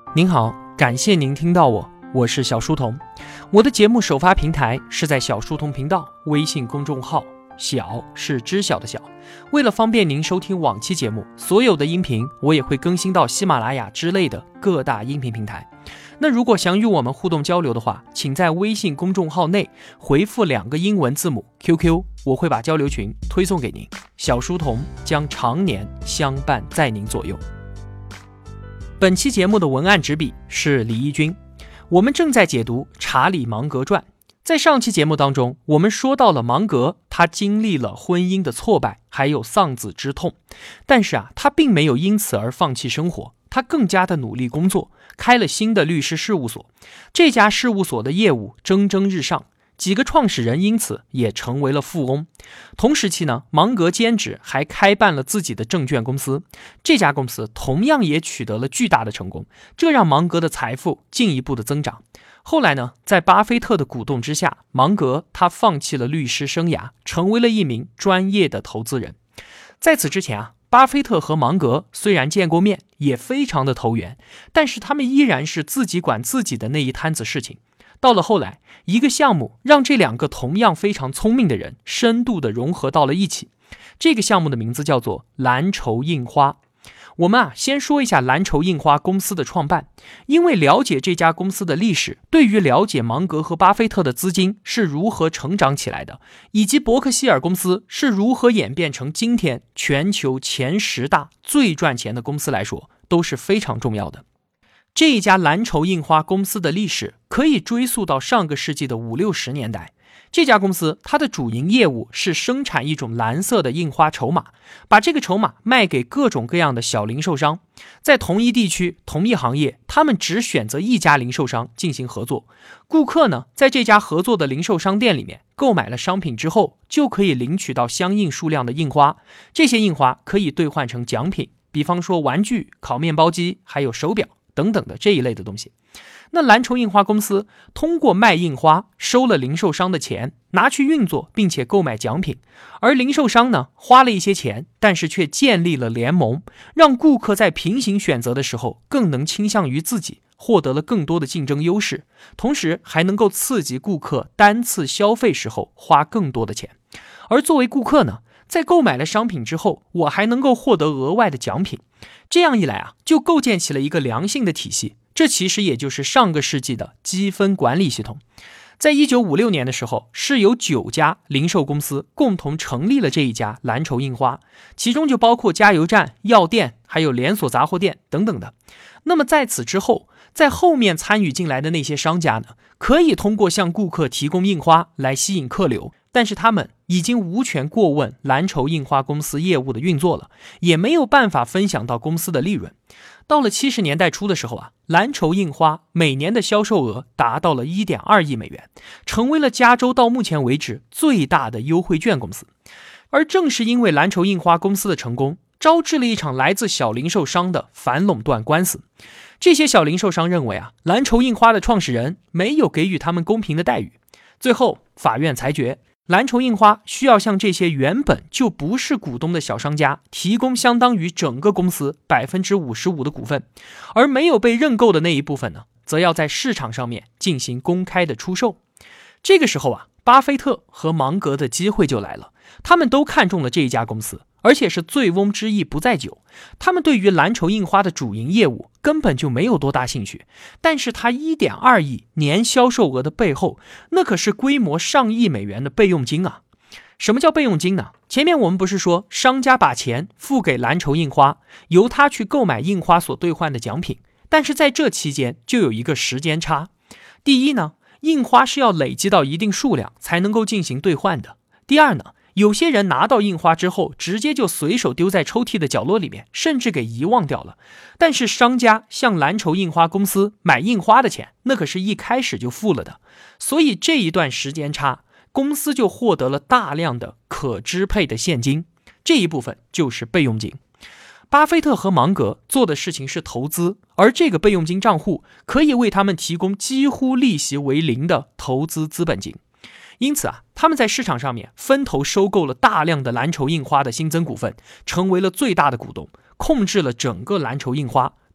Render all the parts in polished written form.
您好，感谢您听到我是小书童。我的节目首发平台是在小书童频道微信公众号，小是知晓的小。为了方便您收听往期节目，所有的音频我也会更新到喜马拉雅之类的各大音频平台。那如果想与我们互动交流的话，请在微信公众号内回复2个英文字母 QQ， 我会把交流群推送给您。小书童将常年相伴在您左右。本期节目的文案执笔是李义军，我们正在解读查理芒格传。在上期节目当中，我们说到了芒格，他经历了婚姻的挫败，还有丧子之痛，但是他并没有因此而放弃生活，他更加的努力工作，开了新的律师事务所。这家事务所的业务蒸蒸日上，几个创始人因此也成为了富翁。同时期呢，芒格兼职还开办了自己的证券公司，这家公司同样也取得了巨大的成功，这让芒格的财富进一步的增长。后来呢，在巴菲特的鼓动之下，芒格他放弃了律师生涯，成为了一名专业的投资人。在此之前巴菲特和芒格虽然见过面，也非常的投缘，但是他们依然是自己管自己的那一摊子事情。到了后来，一个项目让这2个同样非常聪明的人深度的融合到了一起。这个项目的名字叫做蓝筹印花。我们先说一下蓝筹印花公司的创办，因为了解这家公司的历史，对于了解芒格和巴菲特的资金是如何成长起来的，以及伯克希尔公司是如何演变成今天全球前10大最赚钱的公司来说，都是非常重要的。这一家蓝筹印花公司的历史可以追溯到上个世纪的50、60年代。这家公司它的主营业务是生产一种蓝色的印花筹码，把这个筹码卖给各种各样的小零售商。在同一地区、同一行业，他们只选择一家零售商进行合作。顾客呢，在这家合作的零售商店里面购买了商品之后，就可以领取到相应数量的印花。这些印花可以兑换成奖品，比方说玩具、烤面包机，还有手表等等的这一类的东西。那蓝筹印花公司通过卖印花收了零售商的钱，拿去运作并且购买奖品，而零售商呢，花了一些钱，但是却建立了联盟，让顾客在平行选择的时候更能倾向于自己，获得了更多的竞争优势，同时还能够刺激顾客单次消费时候花更多的钱。而作为顾客呢，在购买了商品之后，我还能够获得额外的奖品。这样一来就构建起了一个良性的体系，这其实也就是上个世纪的积分管理系统。在1956年的时候，是由9家零售公司共同成立了这一家蓝筹印花，其中就包括加油站、药店，还有连锁杂货店等等的。那么在此之后，在后面参与进来的那些商家呢，可以通过向顾客提供印花来吸引客流，但是他们已经无权过问蓝筹印花公司业务的运作了，也没有办法分享到公司的利润。到了70年代初的时候蓝筹印花每年的销售额达到了 1.2 亿美元，成为了加州到目前为止最大的优惠券公司。而正是因为蓝筹印花公司的成功，招致了一场来自小零售商的反垄断官司。这些小零售商认为蓝筹印花的创始人没有给予他们公平的待遇。最后法院裁决，蓝筹印花需要向这些原本就不是股东的小商家提供相当于整个公司 55% 的股份，而没有被认购的那一部分呢，则要在市场上面进行公开的出售。这个时候巴菲特和芒格的机会就来了，他们都看中了这一家公司，而且是醉翁之意不在酒。他们对于蓝筹印花的主营业务根本就没有多大兴趣，但是他 1.2 亿年销售额的背后，那可是规模上亿美元的备用金什么叫备用金呢？前面我们不是说商家把钱付给蓝筹印花，由他去购买印花所兑换的奖品，但是在这期间就有一个时间差。第一呢，印花是要累积到一定数量才能够进行兑换的。第二呢，有些人拿到印花之后，直接就随手丢在抽屉的角落里面，甚至给遗忘掉了。但是商家向蓝筹印花公司买印花的钱，那可是一开始就付了的。所以这一段时间差，公司就获得了大量的可支配的现金，这一部分就是备用金。巴菲特和芒格做的事情是投资，而这个备用金账户可以为他们提供几乎利息为0的投资资本金。因此他们在市场上面分头收购了大量的蓝筹印花的新增股份，成为了最大的股东，控制了整个蓝筹印花，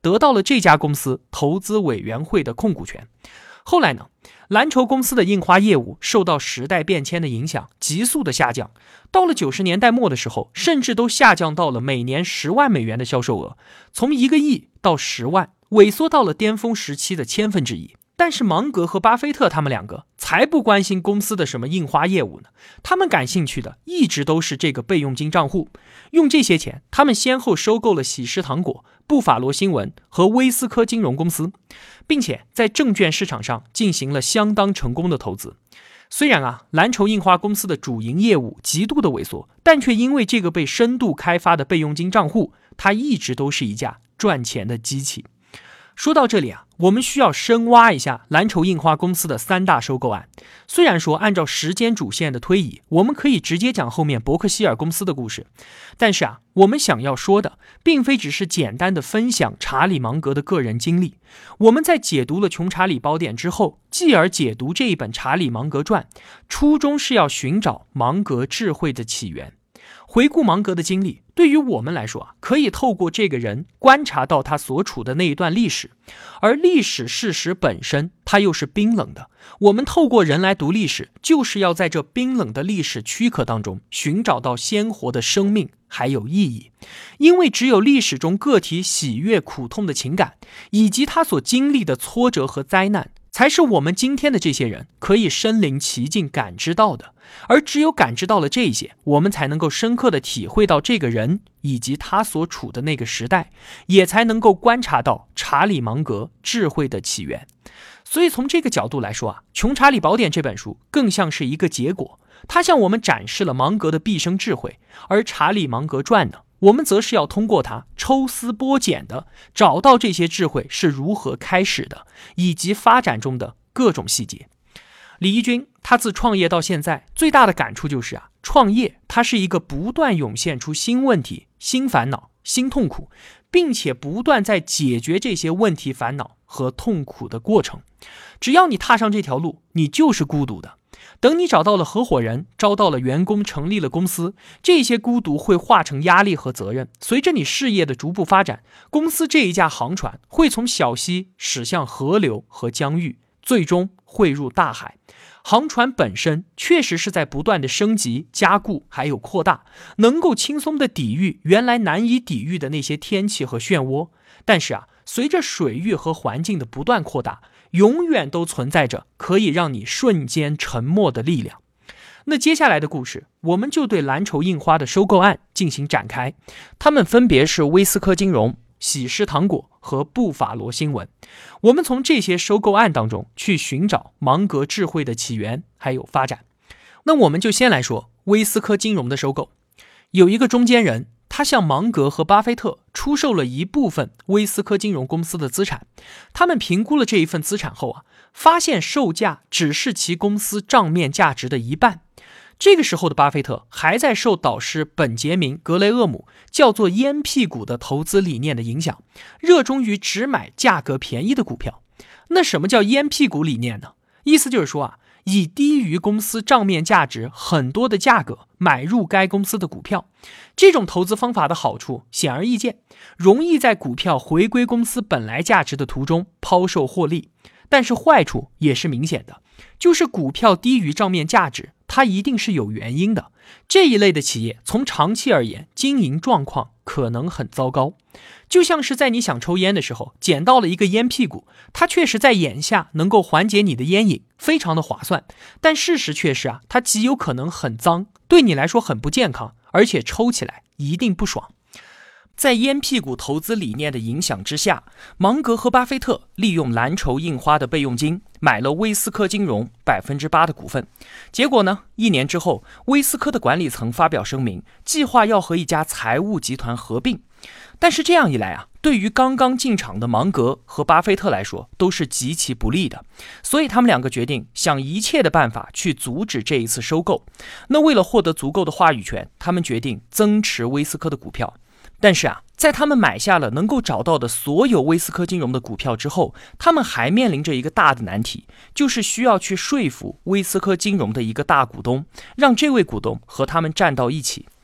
得到了这家公司投资委员会的控股权。后来呢，蓝筹公司的印花业务受到时代变迁的影响，急速的下降。到了90年代末的时候，甚至都下降到了每年10万美元的销售额，从1个亿到10万，萎缩到了巅峰时期的1/1000。但是芒格和巴菲特他们两个才不关心公司的什么印花业务呢，他们感兴趣的一直都是这个备用金账户。用这些钱，他们先后收购了喜诗糖果、布法罗新闻和威斯科金融公司，并且在证券市场上进行了相当成功的投资。虽然蓝筹印花公司的主营业务极度的萎缩，但却因为这个被深度开发的备用金账户，它一直都是一架赚钱的机器。说到这里我们需要深挖一下蓝筹印花公司的3大收购案。虽然说按照时间主线的推移，我们可以直接讲后面伯克希尔公司的故事，但是我们想要说的并非只是简单的分享查理芒格的个人经历。我们在解读了《穷查理宝典》之后，继而解读这一本《查理芒格传》，初衷是要寻找芒格智慧的起源。回顾芒格的经历，对于我们来说可以透过这个人观察到他所处的那一段历史，而历史事实本身它又是冰冷的。我们透过人来读历史，就是要在这冰冷的历史躯壳当中寻找到鲜活的生命还有意义。因为只有历史中个体喜悦苦痛的情感，以及他所经历的挫折和灾难，才是我们今天的这些人可以身临其境感知到的。而只有感知到了这些，我们才能够深刻的体会到这个人以及他所处的那个时代，也才能够观察到查理芒格智慧的起源。所以从这个角度来说穷查理宝典》这本书更像是一个结果，它向我们展示了芒格的毕生智慧，而查理芒格传呢，我们则是要通过它抽丝剥茧的找到这些智慧是如何开始的，以及发展中的各种细节。李怡君他自创业到现在最大的感触就是创业它是一个不断涌现出新问题、新烦恼、新痛苦，并且不断在解决这些问题、烦恼和痛苦的过程。只要你踏上这条路，你就是孤独的。等你找到了合伙人，招到了员工，成立了公司，这些孤独会化成压力和责任。随着你事业的逐步发展，公司这一架航船会从小溪驶向河流和疆域，最终汇入大海。航船本身确实是在不断的升级、加固还有扩大，能够轻松的抵御原来难以抵御的那些天气和漩涡。但是随着水域和环境的不断扩大，永远都存在着可以让你瞬间沉没的力量。那接下来的故事，我们就对蓝筹印花的收购案进行展开。他们分别是威斯科金融、喜诗糖果和布法罗新闻。我们从这些收购案当中去寻找芒格智慧的起源还有发展。那我们就先来说威斯科金融的收购。有一个中间人，他向芒格和巴菲特出售了一部分威斯科金融公司的资产。他们评估了这一份资产后发现售价只是其公司账面价值的一半。这个时候的巴菲特还在受导师本杰明·格雷厄姆叫做烟屁股的投资理念的影响，热衷于只买价格便宜的股票。那什么叫烟屁股理念呢？意思就是说以低于公司账面价值很多的价格买入该公司的股票。这种投资方法的好处显而易见，容易在股票回归公司本来价值的途中抛售获利。但是坏处也是明显的，就是股票低于账面价值，它一定是有原因的。这一类的企业从长期而言，经营状况可能很糟糕。就像是在你想抽烟的时候捡到了一个烟屁股，它确实在眼下能够缓解你的烟瘾，非常的划算，但事实却是它极有可能很脏，对你来说很不健康，而且抽起来一定不爽。在烟屁股投资理念的影响之下，芒格和巴菲特利用蓝筹印花的备用金买了威斯科金融 8% 的股份。结果呢，1年之后，威斯科的管理层发表声明，计划要和一家财务集团合并。但是这样一来对于刚刚进场的芒格和巴菲特来说都是极其不利的，所以他们两个决定想一切的办法去阻止这一次收购。那为了获得足够的话语权，他们决定增持威斯科的股票。但是在他们买下了能够找到的所有威斯科金融的股票之后，他们还面临着一个大的难题，就是需要去说服威斯科金融的一个大股东，让这位股东和他们站到一起。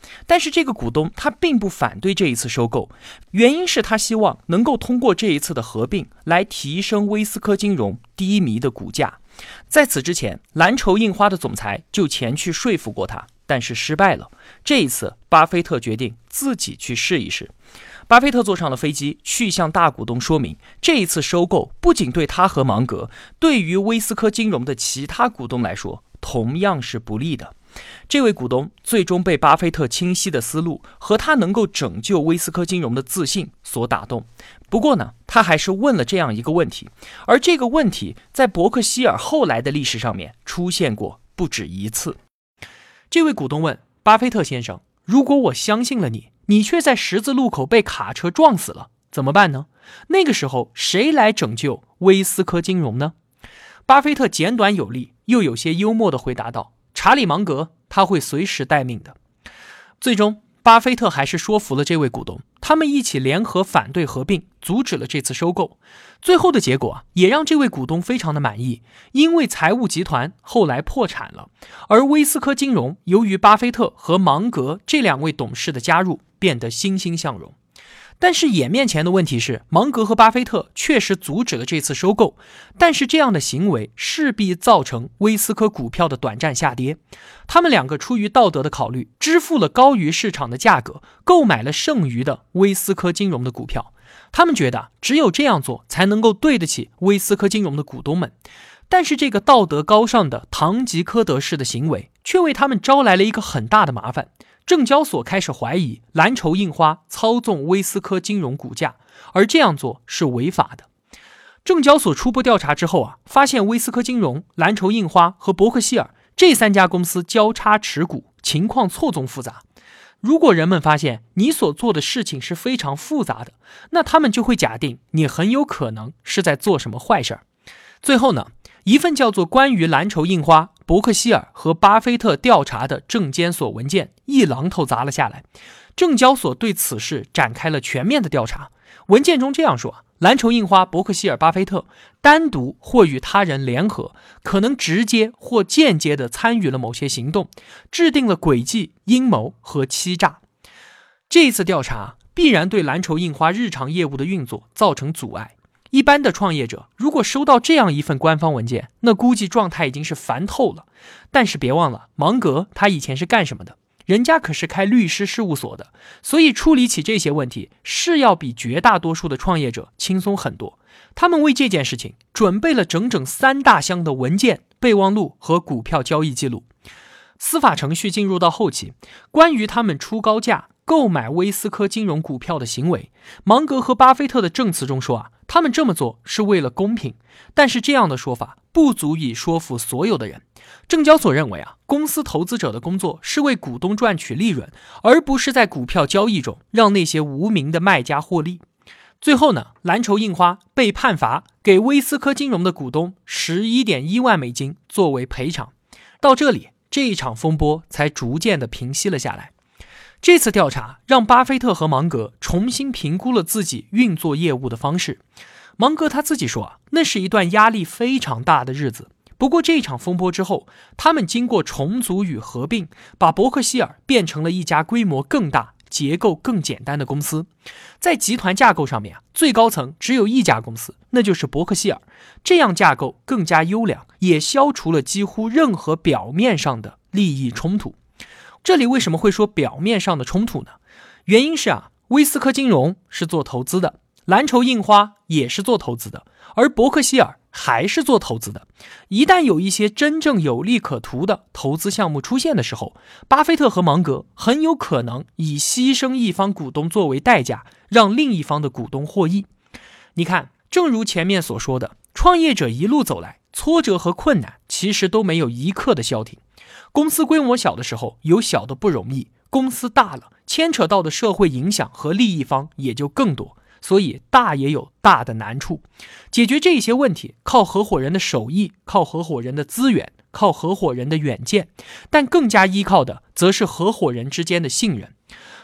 但是这个股东他并不反对这一次收购，原因是他希望能够通过这一次的合并来提升威斯科金融低迷的股价。在此之前，蓝筹印花的总裁就前去说服过他，但是失败了。这一次，巴菲特决定自己去试一试。巴菲特坐上了飞机，去向大股东说明，这一次收购不仅对他和芒格，对于威斯科金融的其他股东来说，同样是不利的。这位股东最终被巴菲特清晰的思路和他能够拯救威斯科金融的自信所打动。不过呢，他还是问了这样一个问题，而这个问题在伯克希尔后来的历史上面出现过不止一次。这位股东问巴菲特先生，如果我相信了你，你却在十字路口被卡车撞死了，怎么办呢？那个时候谁来拯救威斯科金融呢？巴菲特简短有力又有些幽默地回答道，查理芒格，他会随时待命的。最终巴菲特还是说服了这位股东，他们一起联合反对合并，阻止了这次收购。最后的结果也让这位股东非常的满意，因为财务集团后来破产了，而威斯科金融由于巴菲特和芒格这两位董事的加入，变得欣欣向荣。但是眼面前的问题是，芒格和巴菲特确实阻止了这次收购，但是这样的行为势必造成威斯科股票的短暂下跌。他们两个出于道德的考虑，支付了高于市场的价格，购买了剩余的威斯科金融的股票。他们觉得只有这样做才能够对得起威斯科金融的股东们。但是这个道德高尚的堂吉诃德式的行为，却为他们招来了一个很大的麻烦。证交所开始怀疑蓝筹印花操纵威斯科金融股价，而这样做是违法的。证交所初步调查之后发现威斯科金融、蓝筹印花和伯克希尔这三家公司交叉持股，情况错综复杂。如果人们发现你所做的事情是非常复杂的，那他们就会假定你很有可能是在做什么坏事儿。最后呢，一份叫做关于蓝筹印花、伯克希尔和巴菲特调查的证监所文件一榔头砸了下来。证交所对此事展开了全面的调查。文件中这样说，蓝筹印花、伯克希尔、巴菲特单独或与他人联合，可能直接或间接地参与了某些行动，制定了诡计、阴谋和欺诈。这一次调查必然对蓝筹印花日常业务的运作造成阻碍。一般的创业者如果收到这样一份官方文件，那估计状态已经是烦透了。但是别忘了，芒格他以前是干什么的？人家可是开律师事务所的，所以处理起这些问题是要比绝大多数的创业者轻松很多。他们为这件事情准备了整整3大箱的文件、备忘录和股票交易记录。司法程序进入到后期，关于他们出高价购买威斯科金融股票的行为，芒格和巴菲特的证词中说他们这么做是为了公平，但是这样的说法不足以说服所有的人。证交所认为公司投资者的工作是为股东赚取利润，而不是在股票交易中让那些无名的卖家获利。最后呢，蓝筹印花被判罚给威斯科金融的股东 11.1 万美金作为赔偿。到这里，这一场风波才逐渐的平息了下来。这次调查让巴菲特和芒格重新评估了自己运作业务的方式。芒格他自己说那是一段压力非常大的日子。不过这一场风波之后，他们经过重组与合并，把伯克希尔变成了一家规模更大、结构更简单的公司。在集团架构上面最高层只有一家公司，那就是伯克希尔。这样架构更加优良，也消除了几乎任何表面上的利益冲突。这里为什么会说表面上的冲突呢？原因是威斯科金融是做投资的，蓝筹印花也是做投资的，而伯克希尔还是做投资的。一旦有一些真正有利可图的投资项目出现的时候，巴菲特和芒格很有可能以牺牲一方股东作为代价，让另一方的股东获益。你看，正如前面所说的，创业者一路走来，挫折和困难其实都没有一刻的消停。公司规模小的时候有小的不容易，公司大了，牵扯到的社会影响和利益方也就更多，所以大也有大的难处。解决这些问题靠合伙人的手艺，靠合伙人的资源，靠合伙人的远见，但更加依靠的则是合伙人之间的信任。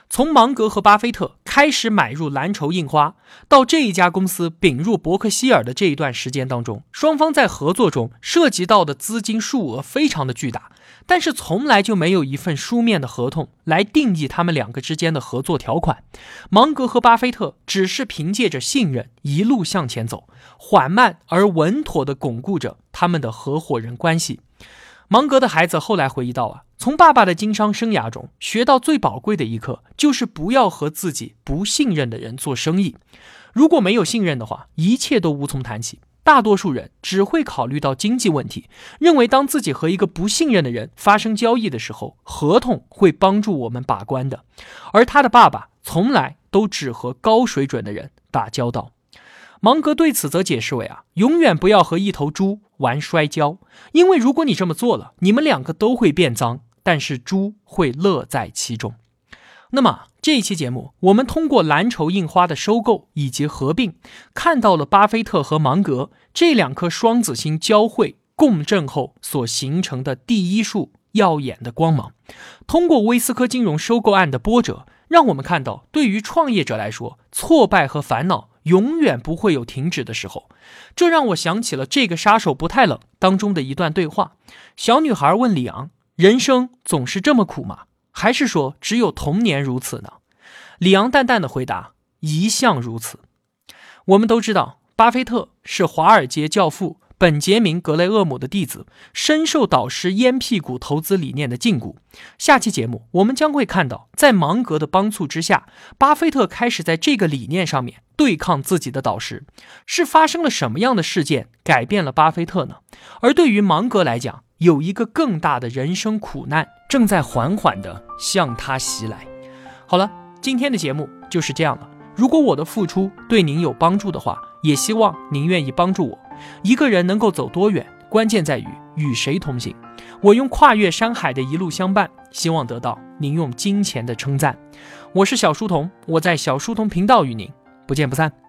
从芒格和巴菲特开始买入蓝筹印花，到这一家公司并入伯克希尔的这一段时间当中，双方在合作中涉及到的资金数额非常的巨大，但是从来就没有一份书面的合同来定义他们两个之间的合作条款。芒格和巴菲特只是凭借着信任一路向前走，缓慢而稳妥地巩固着他们的合伙人关系。芒格的孩子后来回忆到从爸爸的经商生涯中学到最宝贵的一课，就是不要和自己不信任的人做生意。如果没有信任的话，一切都无从谈起。大多数人只会考虑到经济问题，认为当自己和一个不信任的人发生交易的时候，合同会帮助我们把关的。而他的爸爸从来都只和高水准的人打交道。芒格对此则解释为永远不要和一头猪玩摔跤，因为如果你这么做了，你们两个都会变脏，但是猪会乐在其中。那么这一期节目，我们通过蓝筹印花的收购以及合并，看到了巴菲特和芒格这两颗双子星交汇共振后所形成的第一束耀眼的光芒。通过威斯科金融收购案的波折，让我们看到对于创业者来说，挫败和烦恼永远不会有停止的时候。这让我想起了《这个杀手不太冷》当中的一段对话。小女孩问里昂，人生总是这么苦吗？还是说只有童年如此呢？里昂淡淡的回答，一向如此。我们都知道，巴菲特是华尔街教父本杰明·格雷厄姆的弟子，深受导师烟屁股投资理念的禁锢。下期节目我们将会看到，在芒格的帮促之下，巴菲特开始在这个理念上面对抗自己的导师。是发生了什么样的事件改变了巴菲特呢？而对于芒格来讲，有一个更大的人生苦难正在缓缓地向他袭来。好了，今天的节目就是这样了。如果我的付出对您有帮助的话，也希望您愿意帮助我。一个人能够走多远，关键在于与谁同行。我用跨越山海的一路相伴，希望得到您用金钱的称赞。我是小书童，我在小书童频道与您不见不散。